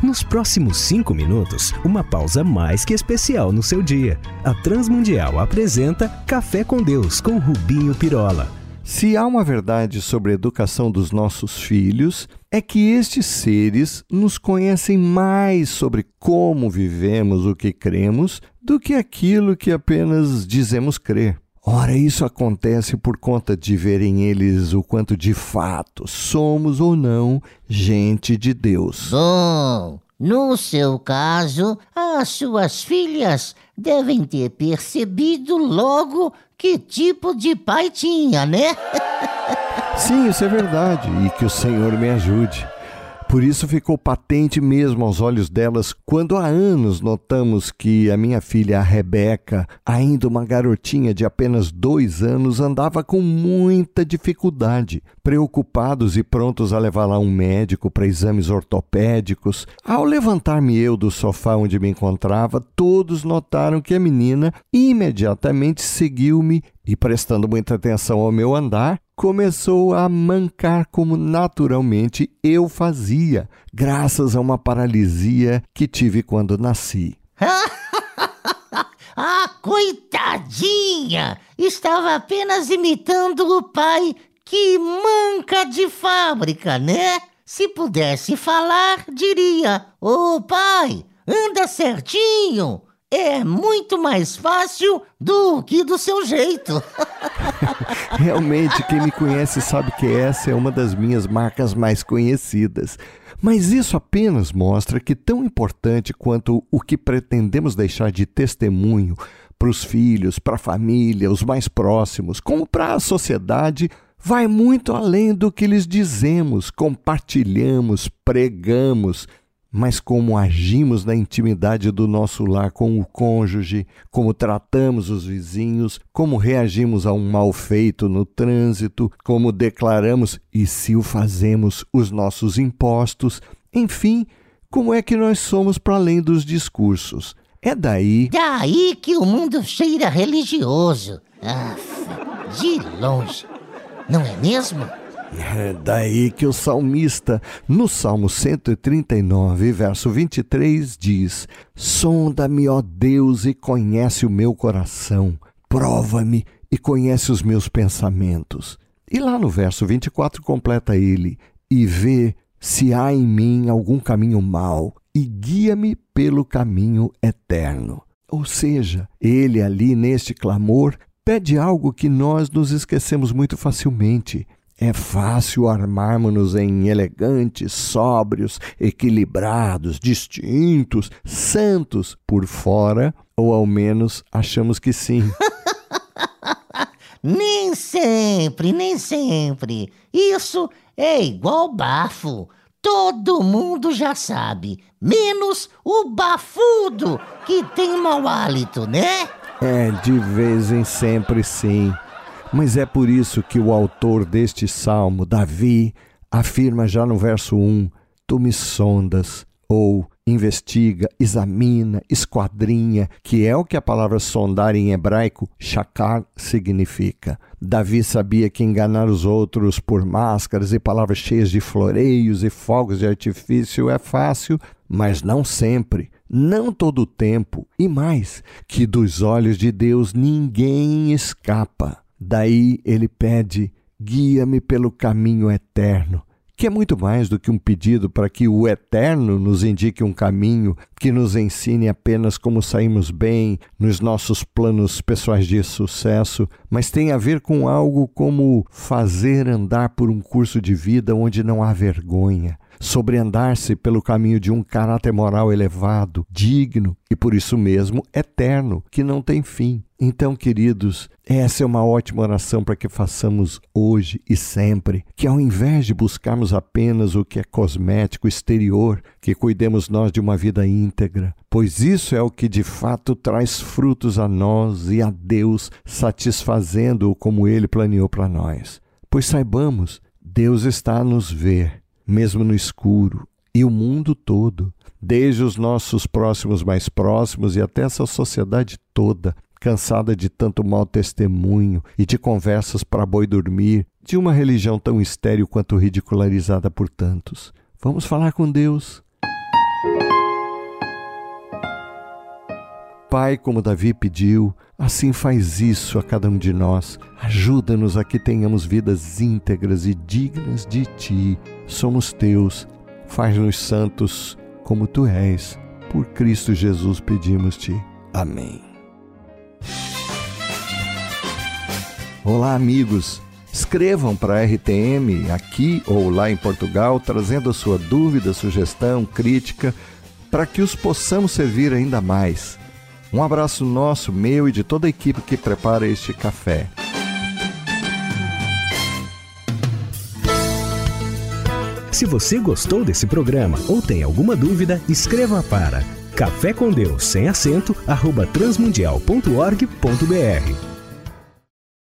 Nos próximos 5 minutos, uma pausa mais que especial no seu dia. A Transmundial apresenta Café com Deus, com Rubinho Pirola. Se há uma verdade sobre a educação dos nossos filhos, é que estes seres nos conhecem mais sobre como vivemos o que cremos do que aquilo que apenas dizemos crer. Ora, isso acontece por conta de verem eles o quanto de fato somos ou não gente de Deus. Bom, no seu caso, as suas filhas devem ter percebido logo que tipo de pai tinha, né? Sim, isso é verdade, e que o Senhor me ajude. Por isso ficou patente mesmo aos olhos delas quando há anos notamos que a minha filha, a Rebeca, ainda uma garotinha de apenas 2 anos, andava com muita dificuldade, preocupados e prontos a levá-la a um médico para exames ortopédicos. Ao levantar-me eu do sofá onde me encontrava, todos notaram que a menina imediatamente seguiu-me e, prestando muita atenção ao meu andar, começou a mancar como naturalmente eu fazia, graças a uma paralisia que tive quando nasci. Ah, coitadinha! Estava apenas imitando o pai que manca de fábrica, né? Se pudesse falar, diria: "Ô pai, anda certinho! É muito mais fácil do que do seu jeito." Realmente, quem me conhece sabe que essa é uma das minhas marcas mais conhecidas. Mas isso apenas mostra que tão importante quanto o que pretendemos deixar de testemunho para os filhos, para a família, os mais próximos, como para a sociedade, vai muito além do que lhes dizemos, compartilhamos, pregamos, mas como agimos na intimidade do nosso lar com o cônjuge, como tratamos os vizinhos, como reagimos a um mal feito no trânsito, como declaramos, e se o fazemos, os nossos impostos, enfim, como é que nós somos para além dos discursos. É daí que o mundo cheira religioso. De longe, não é mesmo? É daí que o salmista, no Salmo 139, verso 23, diz: "Sonda-me, ó Deus, e conhece o meu coração. Prova-me e conhece os meus pensamentos." E lá no verso 24 completa ele: "E vê se há em mim algum caminho mau, e guia-me pelo caminho eterno." Ou seja, ele ali neste clamor pede algo que nós nos esquecemos muito facilmente. É fácil armarmos-nos em elegantes, sóbrios, equilibrados, distintos, santos por fora, ou ao menos achamos que sim. Nem sempre, nem sempre. Isso é igual bafo. Todo mundo já sabe, menos o bafudo, que tem mau hálito, né? É, de vez em sempre sim. Mas é por isso que o autor deste salmo, Davi, afirma já no verso 1, "Tu me sondas", ou investiga, examina, esquadrinha, que é o que a palavra sondar em hebraico, shakar, significa. Davi sabia que enganar os outros por máscaras e palavras cheias de floreios e fogos de artifício é fácil, mas não sempre, não todo o tempo, e mais, que dos olhos de Deus ninguém escapa. Daí ele pede: "Guia-me pelo caminho eterno", que é muito mais do que um pedido para que o eterno nos indique um caminho que nos ensine apenas como sairmos bem nos nossos planos pessoais de sucesso, mas tem a ver com algo como fazer andar por um curso de vida onde não há vergonha, sobre andar-se pelo caminho de um caráter moral elevado, digno e por isso mesmo eterno, que não tem fim. Então, queridos, essa é uma ótima oração para que façamos hoje e sempre, que ao invés de buscarmos apenas o que é cosmético, exterior, que cuidemos nós de uma vida íntegra, pois isso é o que de fato traz frutos a nós e a Deus, satisfazendo-o como Ele planeou para nós. Pois saibamos, Deus está a nos ver, mesmo no escuro, e o mundo todo, desde os nossos próximos mais próximos e até essa sociedade toda, cansada de tanto mau testemunho e de conversas para boi dormir, de uma religião tão estéril quanto ridicularizada por tantos. Vamos falar com Deus. Pai, como Davi pediu, assim faz isso a cada um de nós. Ajuda-nos a que tenhamos vidas íntegras e dignas de Ti. Somos Teus. Faz-nos santos como Tu és. Por Cristo Jesus pedimos-Te. Amém. Olá, amigos. Escrevam para a RTM aqui ou lá em Portugal, trazendo a sua dúvida, sugestão, crítica, para que os possamos servir ainda mais. Um abraço nosso, meu e de toda a equipe que prepara este café. Se você gostou desse programa ou tem alguma dúvida, escreva para cafécomdeus sem acento @transmundial.org.br.